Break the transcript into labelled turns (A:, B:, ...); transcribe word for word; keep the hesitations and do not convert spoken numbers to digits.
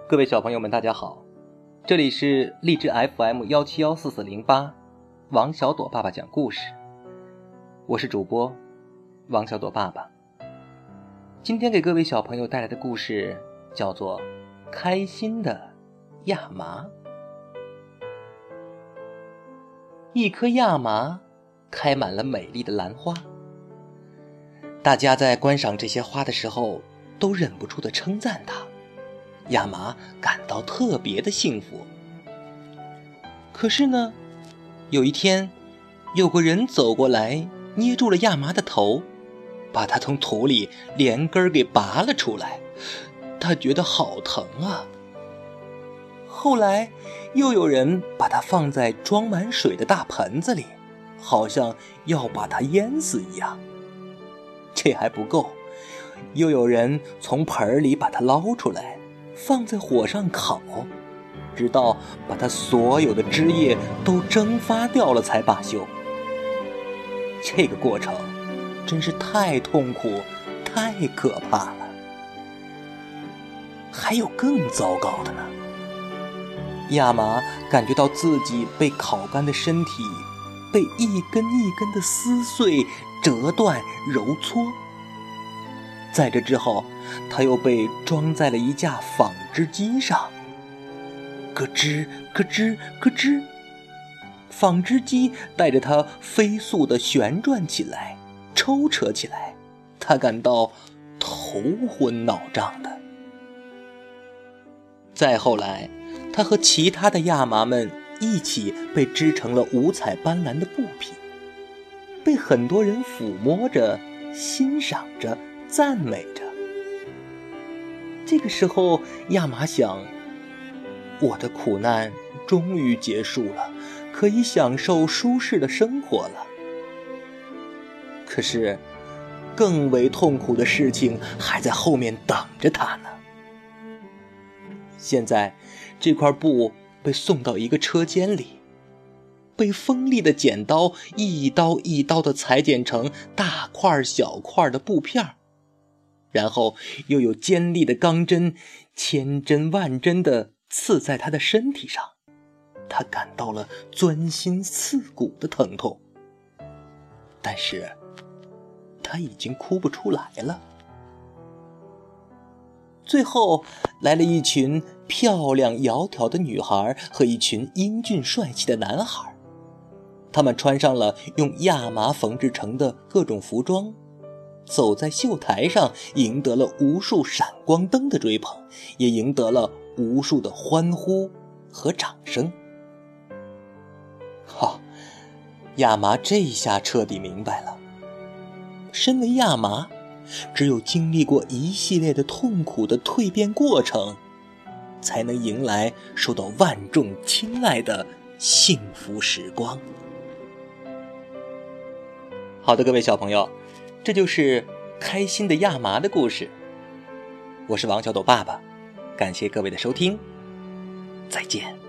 A: 各位小朋友们大家好，这里是荔枝 F M 一七一四四零八，王小朵爸爸讲故事，我是主播王小朵爸爸。今天给各位小朋友带来的故事叫做开心的亚麻。一棵亚麻开满了美丽的兰花，大家在观赏这些花的时候都忍不住地称赞它，亚麻感到特别的幸福。可是呢，有一天有个人走过来，捏住了亚麻的头，把它从土里连根给拔了出来，他觉得好疼啊。后来又有人把它放在装满水的大盆子里，好像要把它淹死一样。这还不够，又有人从盆里把它捞出来，放在火上烤，直到把它所有的汁液都蒸发掉了才罢休。这个过程真是太痛苦，太可怕了。还有更糟糕的呢，亚麻感觉到自己被烤干的身体被一根一根的撕碎、折断、揉搓。在这之后，它又被装在了一架纺织机上，咯吱咯吱咯吱，纺织机带着它飞速地旋转起来，抽扯起来，它感到头昏脑胀的。再后来，它和其他的亚麻们一起被织成了五彩斑斓的布品，被很多人抚摸着、欣赏着、赞美着。这个时候，亚麻想，我的苦难终于结束了，可以享受舒适的生活了。可是，更为痛苦的事情还在后面等着他呢。现在，这块布被送到一个车间里，被锋利的剪刀一刀一刀地裁剪成大块小块的布片，然后又有尖利的钢针千针万针地刺在他的身体上，他感到了钻心刺骨的疼痛。但是他已经哭不出来了。最后来了一群漂亮窈窕的女孩和一群英俊帅气的男孩，他们穿上了用亚麻缝制成的各种服装，走在秀台上，赢得了无数闪光灯的追捧，也赢得了无数的欢呼和掌声。哈，亚麻这下彻底明白了，身为亚麻，只有经历过一系列的痛苦的蜕变过程，才能迎来受到万众青睐的幸福时光。好的，各位小朋友，这就是开心的亚麻的故事。我是王小朵爸爸，感谢各位的收听，再见。